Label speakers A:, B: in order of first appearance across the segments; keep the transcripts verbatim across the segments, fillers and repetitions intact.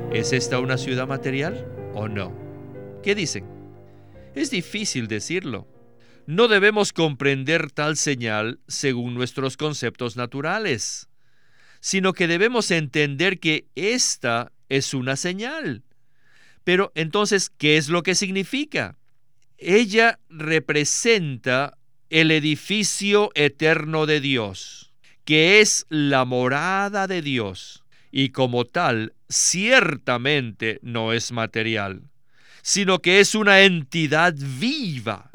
A: ¿Es esta una ciudad material o no? ¿Qué dicen? Es difícil decirlo. No debemos comprender tal señal según nuestros conceptos naturales, sino que debemos entender que esta es una señal. Pero entonces, ¿qué es lo que significa? Ella representa el edificio eterno de Dios, que es la morada de Dios, y como tal, ciertamente no es material, sino que es una entidad viva.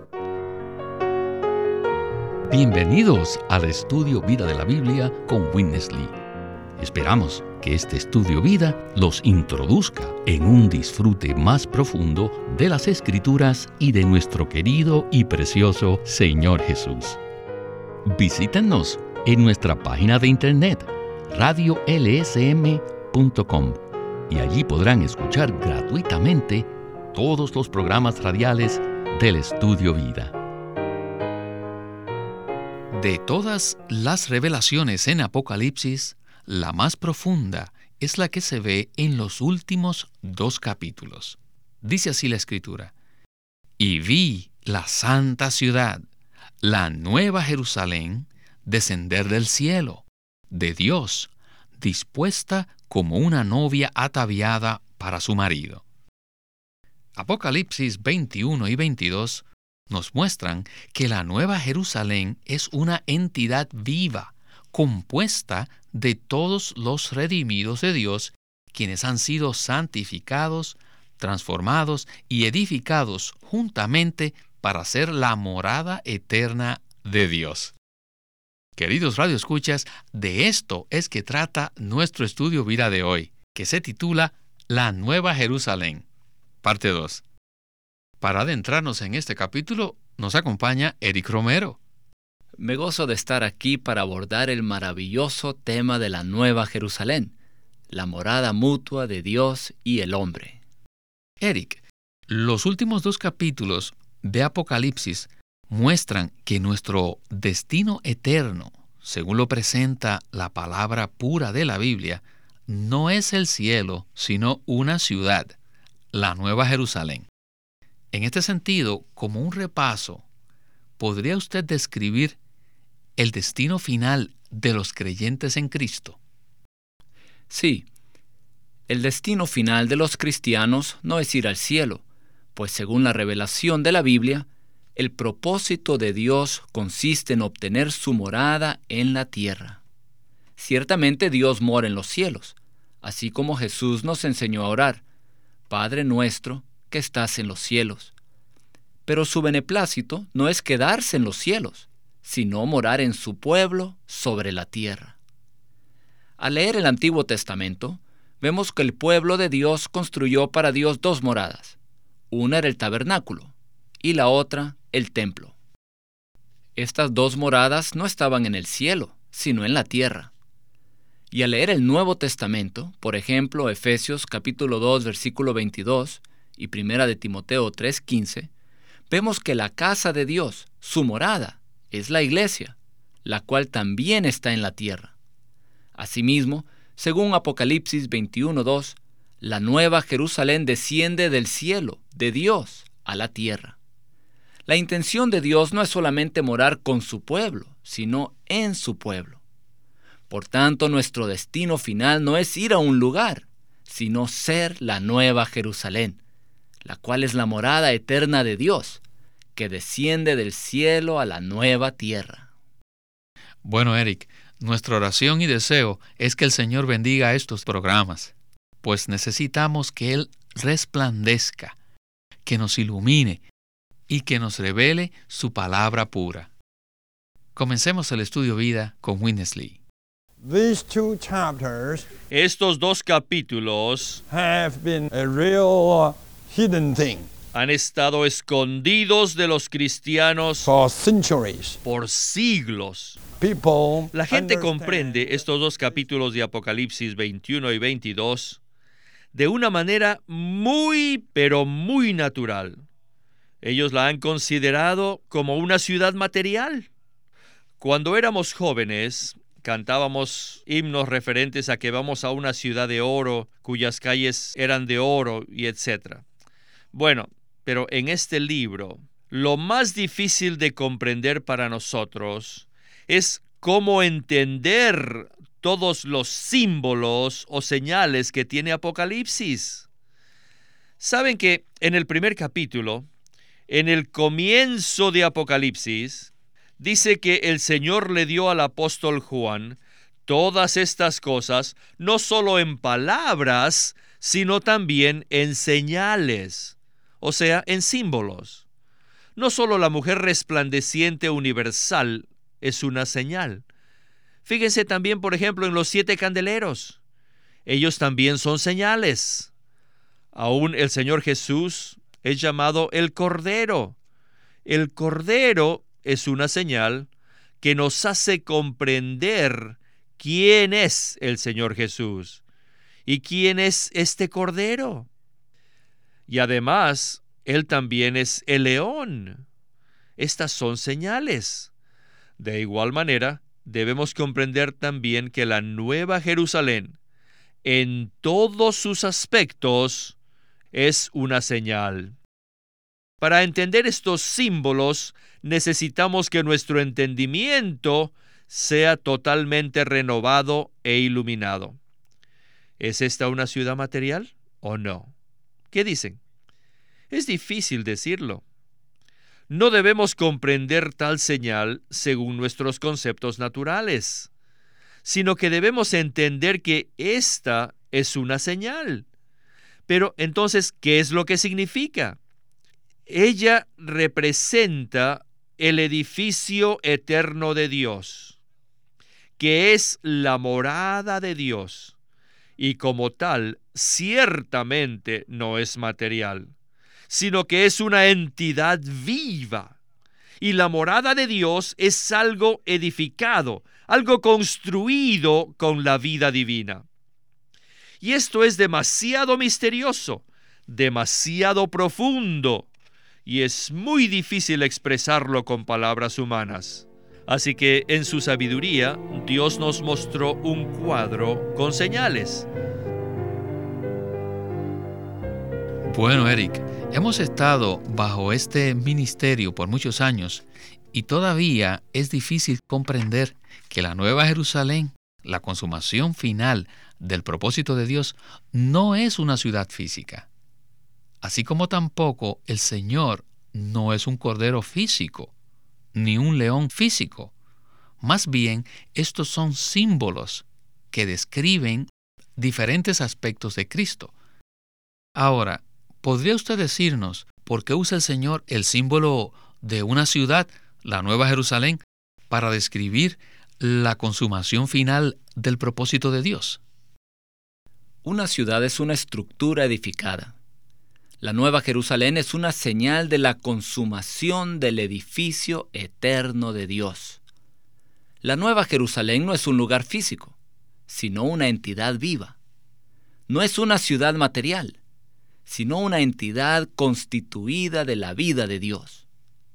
B: Bienvenidos al estudio Vida de la Biblia con Witness Lee. Esperamos que este estudio vida los introduzca en un disfrute más profundo de las Escrituras y de nuestro querido y precioso Señor Jesús. Visítenos en nuestra página de internet radio l s m punto com y allí podrán escuchar gratuitamente todos los programas radiales del estudio vida. De todas las revelaciones en Apocalipsis, la más profunda es la que se ve en los últimos dos capítulos. Dice así la Escritura: Y vi la santa ciudad, la nueva Jerusalén, descender del cielo, de Dios, dispuesta como una novia ataviada para su marido. Apocalipsis veintiuno y veintidós nos muestran que la nueva Jerusalén es una entidad viva, compuesta de todos los redimidos de Dios, quienes han sido santificados, transformados y edificados juntamente para ser la morada eterna de Dios. Queridos radioescuchas, de esto es que trata nuestro estudio vida de hoy, que se titula La Nueva Jerusalén, parte dos. Para adentrarnos en este capítulo, nos acompaña Eric Romero.
C: Me gozo de estar aquí para abordar el maravilloso tema de la Nueva Jerusalén, la morada mutua de Dios y el hombre.
B: Eric, los últimos dos capítulos de Apocalipsis muestran que nuestro destino eterno, según lo presenta la palabra pura de la Biblia, no es el cielo, sino una ciudad, la Nueva Jerusalén. En este sentido, como un repaso, ¿podría usted describir el destino final de los creyentes en Cristo?
C: Sí, el destino final de los cristianos no es ir al cielo, pues según la revelación de la Biblia, el propósito de Dios consiste en obtener su morada en la tierra. Ciertamente Dios mora en los cielos, así como Jesús nos enseñó a orar: Padre nuestro que estás en los cielos. Pero su beneplácito no es quedarse en los cielos, sino morar en su pueblo sobre la tierra. Al leer el Antiguo Testamento, vemos que el pueblo de Dios construyó para Dios dos moradas. Una era el tabernáculo y la otra el templo. Estas dos moradas no estaban en el cielo, sino en la tierra. Y al leer el Nuevo Testamento, por ejemplo, Efesios capítulo dos, versículo veintidós, y Primera de Timoteo tres, quince, vemos que la casa de Dios, su morada, es la iglesia, la cual también está en la tierra. Asimismo, según Apocalipsis veintiuno, dos, la nueva Jerusalén desciende del cielo, de Dios, a la tierra. La intención de Dios no es solamente morar con su pueblo, sino en su pueblo. Por tanto, nuestro destino final no es ir a un lugar, sino ser la nueva Jerusalén, la cual es la morada eterna de Dios, que desciende del cielo a la nueva tierra.
B: Bueno, Eric, nuestra oración y deseo es que el Señor bendiga estos programas, pues necesitamos que Él resplandezca, que nos ilumine y que nos revele su palabra pura. Comencemos el estudio vida con Witness Lee.
D: These two chapters
A: Estos dos capítulos
D: have been a real uh, hidden thing
A: han estado escondidos de los cristianos
D: for centuries.
A: por siglos.
D: People
A: La gente
D: understand
A: comprende estos dos capítulos de Apocalipsis veintiuno y veintidós de una manera muy, pero muy natural. Ellos la han considerado como una ciudad material. Cuando éramos jóvenes, cantábamos himnos referentes a que vamos a una ciudad de oro, cuyas calles eran de oro, y etcétera. Bueno, pero en este libro, lo más difícil de comprender para nosotros es cómo entender todos los símbolos o señales que tiene Apocalipsis. Saben que en el primer capítulo, en el comienzo de Apocalipsis, dice que el Señor le dio al apóstol Juan todas estas cosas, no solo en palabras, sino también en señales, o sea, en símbolos. No solo la mujer resplandeciente universal es una señal. Fíjense también, por ejemplo, en los siete candeleros. Ellos también son señales. Aún el Señor Jesús es llamado el Cordero. El Cordero es una señal que nos hace comprender quién es el Señor Jesús y quién es este Cordero. Y además, Él también es el león. Estas son señales. De igual manera, debemos comprender también que la Nueva Jerusalén, en todos sus aspectos, es una señal. Para entender estos símbolos, necesitamos que nuestro entendimiento sea totalmente renovado e iluminado. ¿Es esta una ciudad material o no? ¿Qué dicen? Es difícil decirlo. No debemos comprender tal señal según nuestros conceptos naturales, sino que debemos entender que esta es una señal. Pero entonces, ¿qué es lo que significa? Ella representa el edificio eterno de Dios, que es la morada de Dios, y como tal, ciertamente no es material, sino que es una entidad viva. Y la morada de Dios es algo edificado, algo construido con la vida divina. Y esto es demasiado misterioso, demasiado profundo, y es muy difícil expresarlo con palabras humanas. Así que en su sabiduría, Dios nos mostró un cuadro con señales.
B: Bueno, Eric, hemos estado bajo este ministerio por muchos años y todavía es difícil comprender que la Nueva Jerusalén, la consumación final del propósito de Dios, no es una ciudad física. Así como tampoco el Señor no es un cordero físico, ni un león físico. Más bien, estos son símbolos que describen diferentes aspectos de Cristo. Ahora, ¿podría usted decirnos por qué usa el Señor el símbolo de una ciudad, la Nueva Jerusalén, para describir la consumación final del propósito de Dios?
C: Una ciudad es una estructura edificada. La Nueva Jerusalén es una señal de la consumación del edificio eterno de Dios. La Nueva Jerusalén no es un lugar físico, sino una entidad viva. No es una ciudad material, sino una entidad constituida de la vida de Dios.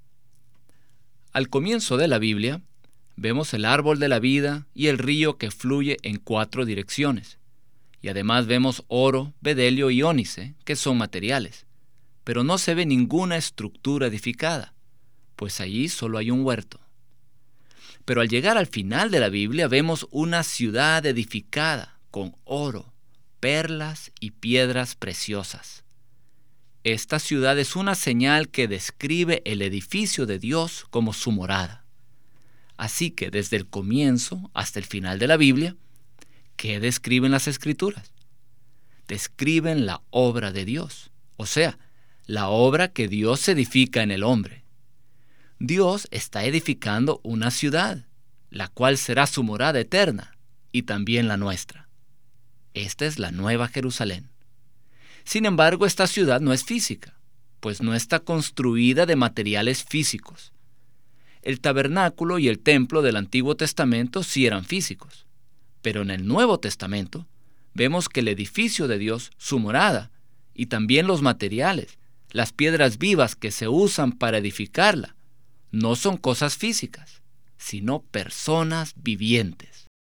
C: Al comienzo de la Biblia, vemos el árbol de la vida y el río que fluye en cuatro direcciones. Y además vemos oro, bedelio y ónice, que son materiales. Pero no se ve ninguna estructura edificada, pues allí solo hay un huerto. Pero al llegar al final de la Biblia vemos una ciudad edificada con oro, perlas y piedras preciosas. Esta ciudad es una señal que describe el edificio de Dios como su morada. Así que desde el comienzo hasta el final de la Biblia, ¿qué describen las Escrituras? Describen la obra de Dios, o sea, la obra que Dios edifica en el hombre. Dios está edificando una ciudad, la cual será su morada eterna, y también la nuestra. Esta es la Nueva Jerusalén. Sin embargo, esta ciudad no es física, pues no está construida de materiales físicos. El tabernáculo y el templo del Antiguo Testamento sí eran físicos. Pero en el Nuevo Testamento vemos que el edificio de Dios, su morada, y también los materiales, las piedras vivas que se usan para edificarla, no son cosas físicas, sino personas vivientes.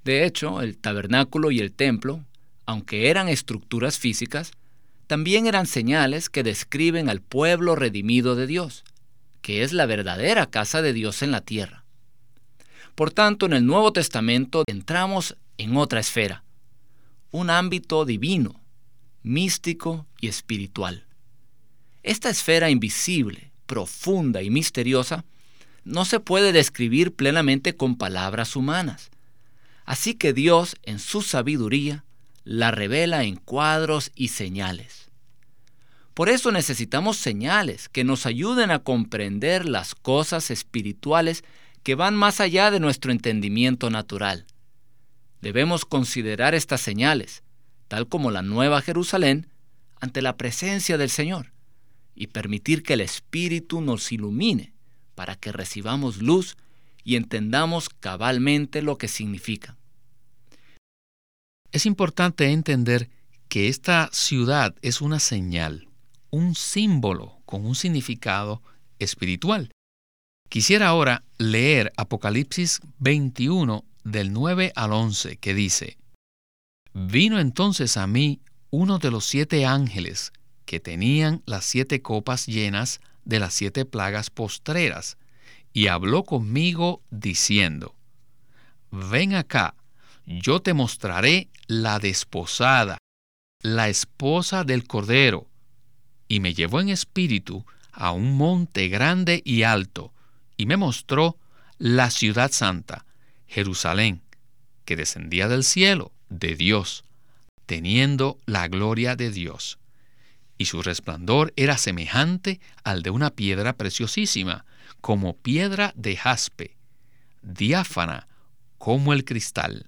C: De hecho, el tabernáculo y el templo, aunque eran estructuras físicas, también eran señales que describen al pueblo redimido de Dios, que es la verdadera casa de Dios en la tierra. Por tanto, en el Nuevo Testamento entramos en otra esfera, un ámbito divino, místico y espiritual. Esta esfera invisible, profunda y misteriosa no se puede describir plenamente con palabras humanas. Así que Dios, en su sabiduría, la revela en cuadros y señales. Por eso necesitamos señales que nos ayuden a comprender las cosas espirituales que van más allá de nuestro entendimiento natural. Debemos considerar estas señales, tal como la Nueva Jerusalén, ante la presencia del Señor, y permitir que el Espíritu nos ilumine para que recibamos luz y entendamos cabalmente lo que significa.
B: Es importante entender que esta ciudad es una señal, un símbolo con un significado espiritual. Quisiera ahora leer Apocalipsis veintiuno del nueve al once, que dice: Vino entonces a mí uno de los siete ángeles que tenían las siete copas llenas de las siete plagas postreras, y habló conmigo diciendo: Ven acá, yo te mostraré la desposada, la esposa del Cordero. Y me llevó en espíritu a un monte grande y alto, y me mostró la ciudad santa, Jerusalén, que descendía del cielo, de Dios, teniendo la gloria de Dios. Y su resplandor era semejante al de una piedra preciosísima, como piedra de jaspe, diáfana como el cristal.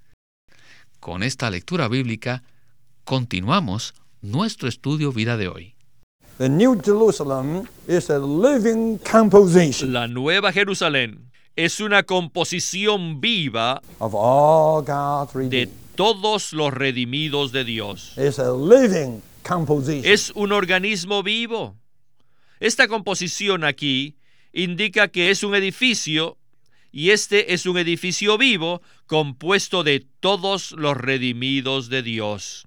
B: Con esta lectura bíblica, continuamos nuestro estudio vida de hoy.
D: The New Jerusalem is a living composition
A: La Nueva Jerusalén es una composición viva
D: of all God's
A: de
D: redeemed.
A: todos los redimidos de Dios.
D: It's a living composition.
A: Es un organismo vivo. Esta composición aquí indica que es un edificio, y este es un edificio vivo compuesto de todos los redimidos de Dios.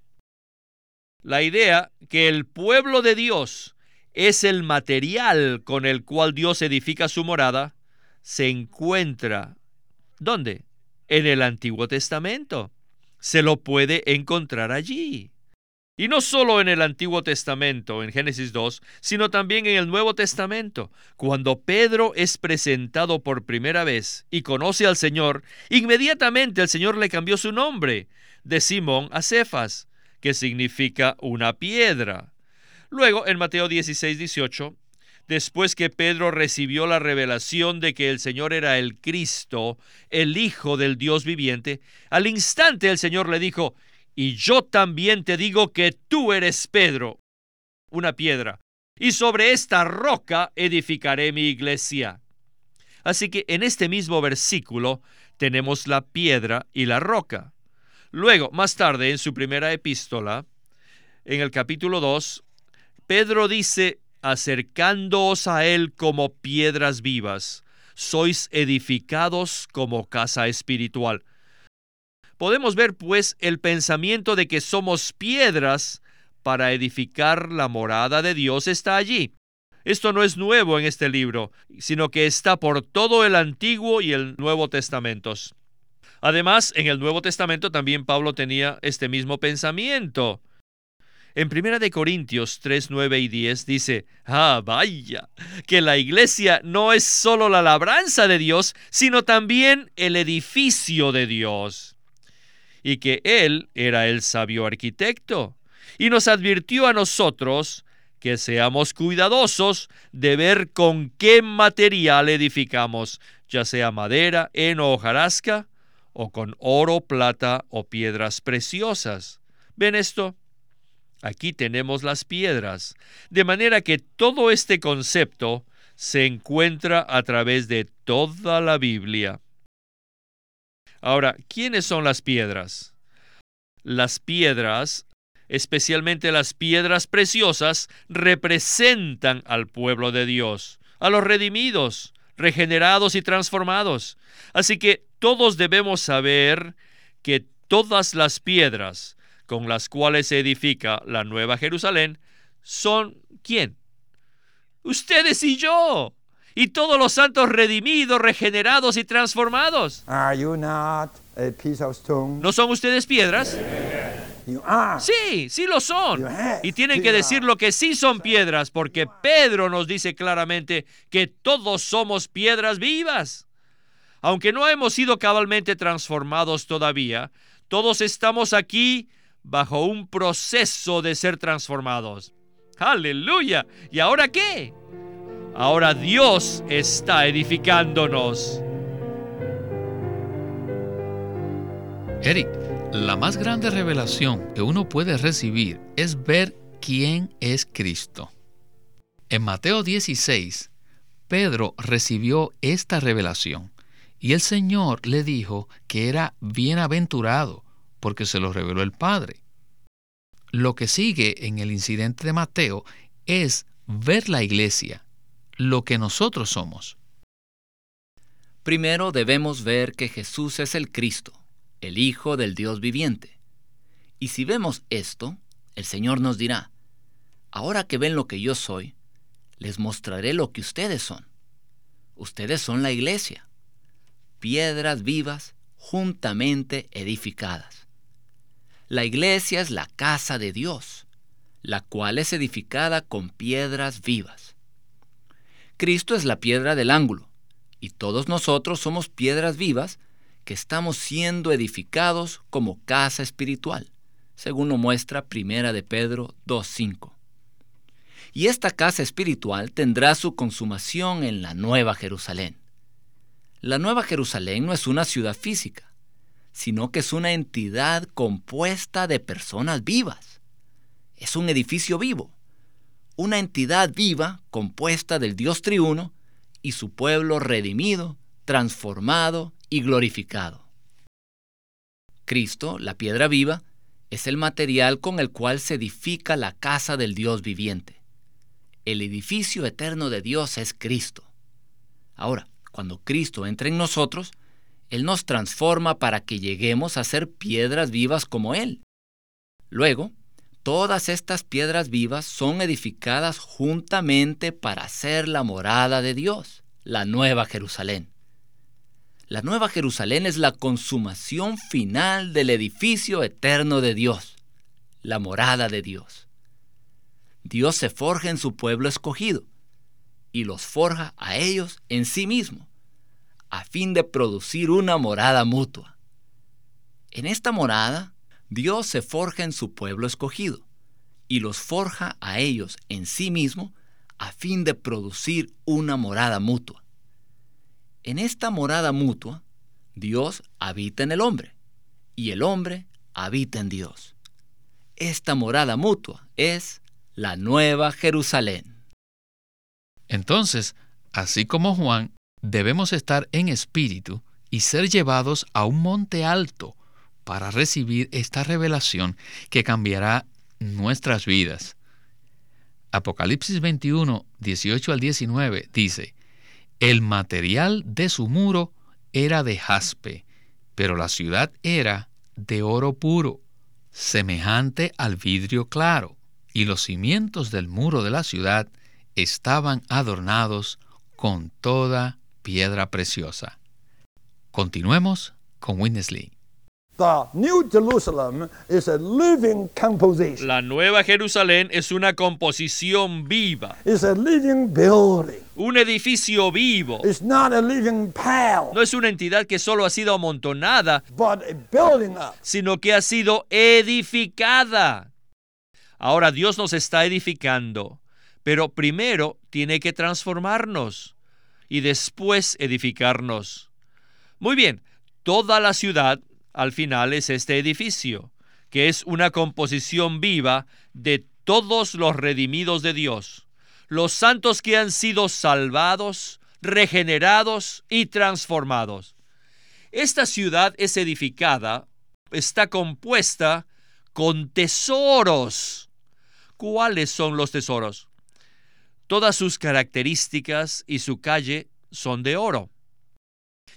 A: La idea que el pueblo de Dios es el material con el cual Dios edifica su morada se encuentra, ¿dónde? En el Antiguo Testamento. Se lo puede encontrar allí. Y no solo en el Antiguo Testamento, en Génesis dos, sino también en el Nuevo Testamento. Cuando Pedro es presentado por primera vez y conoce al Señor, inmediatamente el Señor le cambió su nombre de Simón a Cefas, que significa una piedra. Luego, en Mateo dieciséis, dieciocho, después que Pedro recibió la revelación de que el Señor era el Cristo, el Hijo del Dios viviente, al instante el Señor le dijo: y yo también te digo que tú eres Pedro, una piedra, y sobre esta roca edificaré mi iglesia. Así que en este mismo versículo tenemos la piedra y la roca. Luego, más tarde, en su primera epístola, en el capítulo dos, Pedro dice: acercándoos a él como piedras vivas, sois edificados como casa espiritual. Podemos ver, pues, el pensamiento de que somos piedras para edificar la morada de Dios está allí. Esto no es nuevo en este libro, sino que está por todo el Antiguo y el Nuevo Testamentos. Además, en el Nuevo Testamento también Pablo tenía este mismo pensamiento. En Primera de Corintios tres, nueve y diez dice: ¡ah, vaya! Que la iglesia no es solo la labranza de Dios, sino también el edificio de Dios. Y que Él era el sabio arquitecto, y nos advirtió a nosotros que seamos cuidadosos de ver con qué material edificamos, ya sea madera, heno o hojarasca, o con oro, plata o piedras preciosas. ¿Ven esto? Aquí tenemos las piedras, de manera que todo este concepto se encuentra a través de toda la Biblia. Ahora, ¿quiénes son las piedras? Las piedras, especialmente las piedras preciosas, representan al pueblo de Dios, a los redimidos, regenerados y transformados. Así que todos debemos saber que todas las piedras con las cuales se edifica la Nueva Jerusalén son ¿quién? Ustedes y yo. Y todos los santos redimidos, regenerados y transformados.
D: Are you not a piece of stone?
A: ¿No son ustedes piedras?
D: You are.
A: Sí, sí lo son.
D: You have.
A: Y tienen
D: You
A: que
D: are.
A: decir lo que sí son piedras, porque Pedro nos dice claramente que todos somos piedras vivas. Aunque no hemos sido cabalmente transformados todavía, todos estamos aquí bajo un proceso de ser transformados. ¡Aleluya! ¿Y ahora qué? Ahora Dios está edificándonos.
B: Eric, la más grande revelación que uno puede recibir es ver quién es Cristo. En Mateo dieciséis, Pedro recibió esta revelación y el Señor le dijo que era bienaventurado porque se lo reveló el Padre. Lo que sigue en el incidente de Mateo es ver la iglesia, lo que nosotros somos.
C: Primero debemos ver que Jesús es el Cristo, el Hijo del Dios viviente. Y si vemos esto, el Señor nos dirá, ahora que ven lo que yo soy, les mostraré lo que ustedes son. Ustedes son la iglesia, piedras vivas juntamente edificadas. La iglesia es la casa de Dios, la cual es edificada con piedras vivas. Cristo es la piedra del ángulo, y todos nosotros somos piedras vivas que estamos siendo edificados como casa espiritual, según lo muestra Primera de Pedro dos cinco. Y esta casa espiritual tendrá su consumación en la Nueva Jerusalén. La Nueva Jerusalén no es una ciudad física, sino que es una entidad compuesta de personas vivas. Es un edificio vivo, una entidad viva compuesta del Dios triuno y su pueblo redimido, transformado y glorificado. Cristo, la piedra viva, es el material con el cual se edifica la casa del Dios viviente. El edificio eterno de Dios es Cristo. Ahora, cuando Cristo entra en nosotros, Él nos transforma para que lleguemos a ser piedras vivas como Él. Luego, todas estas piedras vivas son edificadas juntamente para ser la morada de Dios, la Nueva Jerusalén. La Nueva Jerusalén es la consumación final del edificio eterno de Dios, la morada de Dios. Dios se forja en su pueblo escogido y los forja a ellos en sí mismo, a fin de producir una morada mutua. En esta morada, Dios se forja en su pueblo escogido y los forja a ellos en sí mismo, a fin de producir una morada mutua. En esta morada mutua, Dios habita en el hombre y el hombre habita en Dios. Esta morada mutua es la Nueva Jerusalén.
B: Entonces, así como Juan, debemos estar en espíritu y ser llevados a un monte alto para recibir esta revelación que cambiará nuestras vidas. Apocalipsis veintiuno, dieciocho al diecinueve dice: el material de su muro era de jaspe, pero la ciudad era de oro puro, semejante al vidrio claro, y los cimientos del muro de la ciudad estaban adornados con toda piedra preciosa. Continuemos con Witness Lee.
D: The New Jerusalem is a living composition.
A: La Nueva Jerusalén es una composición viva,
D: It's a living building.
A: un edificio vivo.
D: It's not a living pile,
A: No es una entidad que solo ha sido amontonada,
D: but a building up.
A: sino que ha sido edificada. Ahora Dios nos está edificando, pero primero tiene que transformarnos y después edificarnos. Muy bien, toda la ciudad al final es este edificio, que es una composición viva de todos los redimidos de Dios, los santos que han sido salvados, regenerados y transformados. Esta ciudad es edificada, está compuesta con tesoros. ¿Cuáles son los tesoros? Todas sus características y su calle son de oro.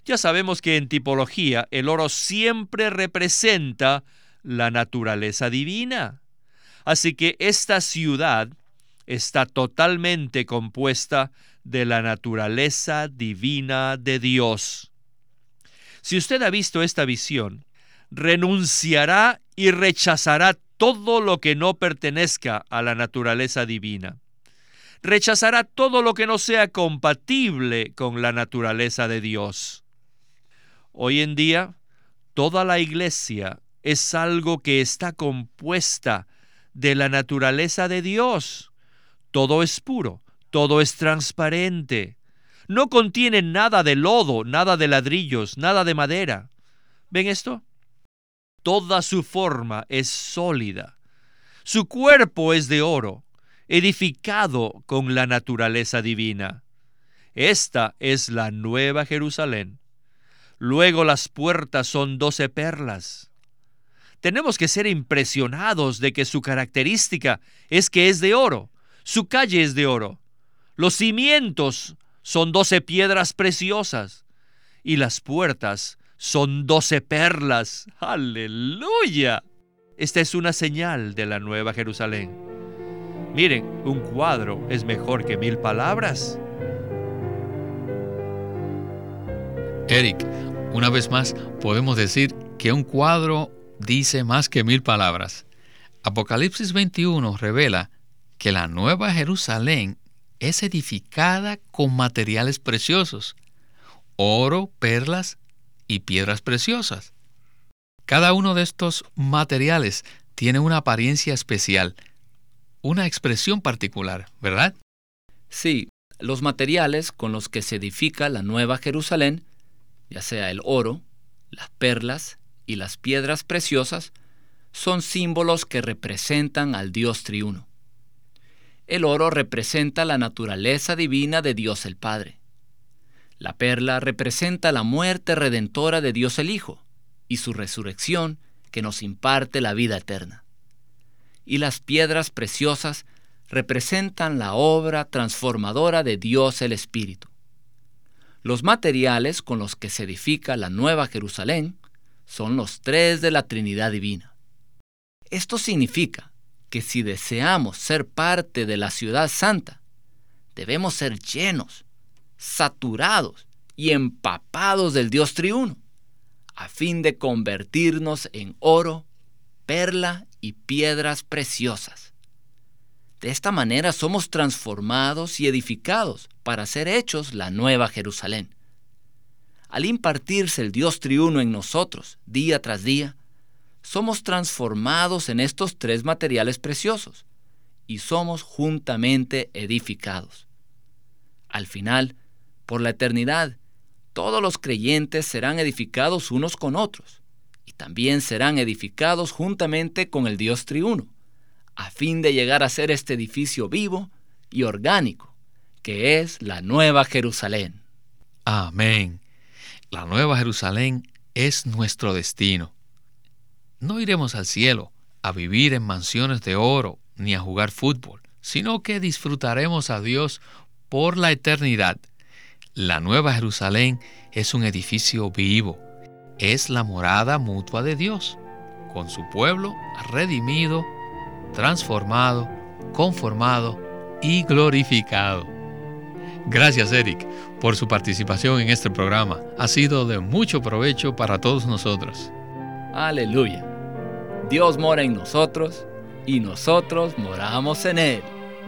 A: Ya sabemos que en tipología el oro siempre representa la naturaleza divina. Así que esta ciudad está totalmente compuesta de la naturaleza divina de Dios. Si usted ha visto esta visión, renunciará y rechazará todo lo que no pertenezca a la naturaleza divina. Rechazará todo lo que no sea compatible con la naturaleza de Dios. Hoy en día, toda la iglesia es algo que está compuesta de la naturaleza de Dios. Todo es puro, todo es transparente. No contiene nada de lodo, nada de ladrillos, nada de madera. ¿Ven esto? Toda su forma es sólida. Su cuerpo es de oro, edificado con la naturaleza divina. Esta es la Nueva Jerusalén. Luego las puertas son doce perlas. Tenemos que ser impresionados de que su característica es que es de oro. Su calle es de oro. Los cimientos son doce piedras preciosas. Y las puertas son doce perlas. ¡Aleluya! Esta es una señal de la Nueva Jerusalén. Miren, un cuadro es mejor que mil palabras.
B: Eric, una vez más podemos decir que un cuadro dice más que mil palabras. Apocalipsis veintiuno revela que la Nueva Jerusalén es edificada con materiales preciosos, oro, perlas y piedras preciosas. Cada uno de estos materiales tiene una apariencia especial, una expresión particular, ¿verdad?
C: Sí, los materiales con los que se edifica la Nueva Jerusalén, ya sea el oro, las perlas y las piedras preciosas, son símbolos que representan al Dios triuno. El oro representa la naturaleza divina de Dios el Padre. La perla representa la muerte redentora de Dios el Hijo y su resurrección que nos imparte la vida eterna. Y las piedras preciosas representan la obra transformadora de Dios el Espíritu. Los materiales con los que se edifica la Nueva Jerusalén son los tres de la Trinidad Divina. Esto significa que si deseamos ser parte de la ciudad santa, debemos ser llenos, saturados y empapados del Dios triuno, a fin de convertirnos en oro, perla y piedras preciosas. De esta manera somos transformados y edificados para ser hechos la Nueva Jerusalén. Al impartirse el Dios triuno en nosotros día tras día, somos transformados en estos tres materiales preciosos y somos juntamente edificados. Al final, por la eternidad, todos los creyentes serán edificados unos con otros y también serán edificados juntamente con el Dios triuno, a fin de llegar a ser este edificio vivo y orgánico, que es la Nueva Jerusalén.
B: Amén. La Nueva Jerusalén es nuestro destino. No iremos al cielo a vivir en mansiones de oro ni a jugar fútbol, sino que disfrutaremos a Dios por la eternidad. La Nueva Jerusalén es un edificio vivo. Es la morada mutua de Dios, con su pueblo redimido, transformado, conformado y glorificado. Gracias, Eric, por su participación en este programa. Ha sido de mucho provecho para todos nosotros.
C: Aleluya. Dios mora en nosotros y nosotros moramos en Él.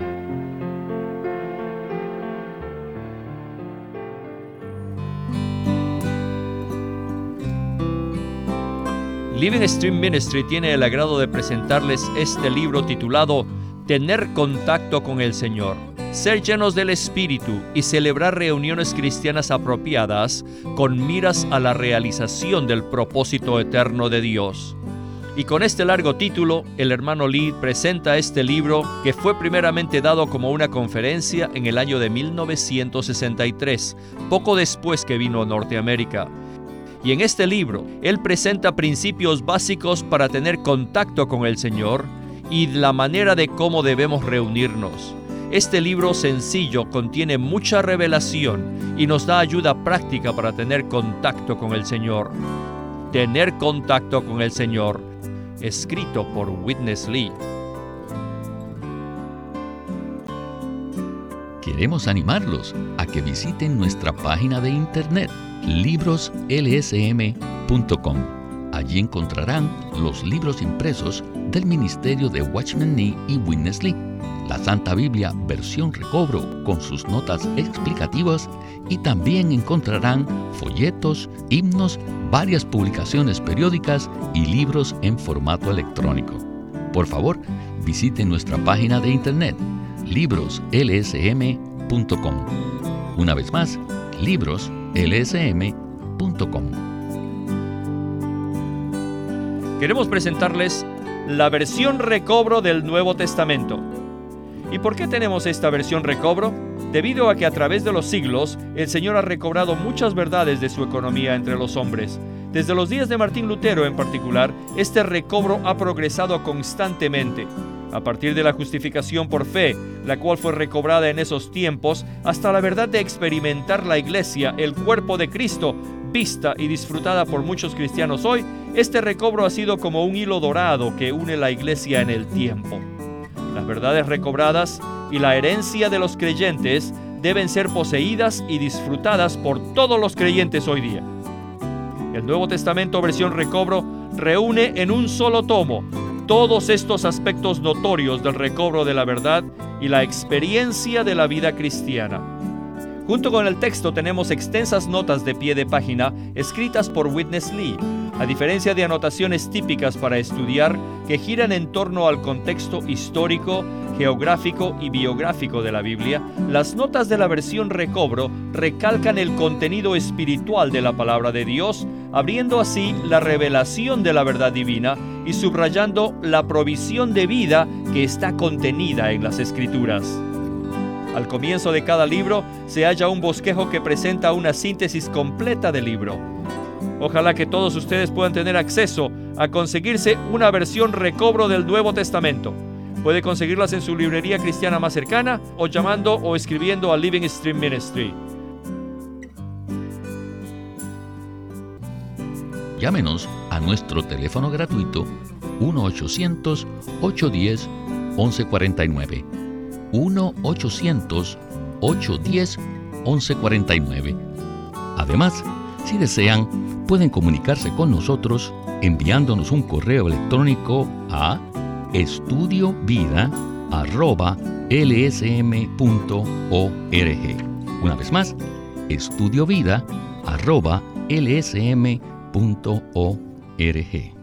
A: Living Stream Ministry tiene el agrado de presentarles este libro titulado Tener contacto con el Señor, ser llenos del Espíritu y celebrar reuniones cristianas apropiadas con miras a la realización del propósito eterno de Dios. Y con este largo título, el hermano Lee presenta este libro que fue primeramente dado como una conferencia en el año de mil novecientos sesenta y tres, poco después que vino a Norteamérica. Y en este libro, él presenta principios básicos para tener contacto con el Señor y la manera de cómo debemos reunirnos. Este libro sencillo contiene mucha revelación y nos da ayuda práctica para tener contacto con el Señor. Tener contacto con el Señor, escrito por Witness Lee.
B: Queremos animarlos a que visiten nuestra página de internet, libros l s m punto com. Allí encontrarán los libros impresos del ministerio de Watchman Nee y Witness Lee, la Santa Biblia versión recobro con sus notas explicativas, y también encontrarán folletos, himnos, varias publicaciones periódicas y libros en formato electrónico. Por favor, visiten nuestra página de internet, libros l s m punto com. Una vez más, libros l s m punto com.
A: Queremos presentarles la versión recobro del Nuevo Testamento. ¿Y por qué tenemos esta versión recobro? Debido a que a través de los siglos, el Señor ha recobrado muchas verdades de su economía entre los hombres. Desde los días de Martín Lutero en particular, este recobro ha progresado constantemente. A partir de la justificación por fe, la cual fue recobrada en esos tiempos, hasta la verdad de experimentar la Iglesia, el cuerpo de Cristo, vista y disfrutada por muchos cristianos hoy, este recobro ha sido como un hilo dorado que une la Iglesia en el tiempo. Las verdades recobradas y la herencia de los creyentes deben ser poseídas y disfrutadas por todos los creyentes hoy día. El Nuevo Testamento versión recobro reúne en un solo tomo todos estos aspectos notorios del recobro de la verdad y la experiencia de la vida cristiana. Junto con el texto tenemos extensas notas de pie de página escritas por Witness Lee. A diferencia de anotaciones típicas para estudiar que giran en torno al contexto histórico, geográfico y biográfico de la Biblia, las notas de la versión recobro recalcan el contenido espiritual de la palabra de Dios, abriendo así la revelación de la verdad divina y subrayando la provisión de vida que está contenida en las Escrituras. Al comienzo de cada libro se halla un bosquejo que presenta una síntesis completa del libro. Ojalá que todos ustedes puedan tener acceso a conseguirse una versión recobro del Nuevo Testamento. Puede conseguirlas en su librería cristiana más cercana o llamando o escribiendo a Living Stream Ministry.
B: Llámenos a nuestro teléfono gratuito uno ochocientos, ocho uno cero, once cuarenta y nueve. uno ochocientos, ocho uno cero, once cuarenta y nueve. Además, si desean, pueden comunicarse con nosotros enviándonos un correo electrónico a estudiovida arroba l s m punto org. Una vez más, estudiovida arroba l s m punto org.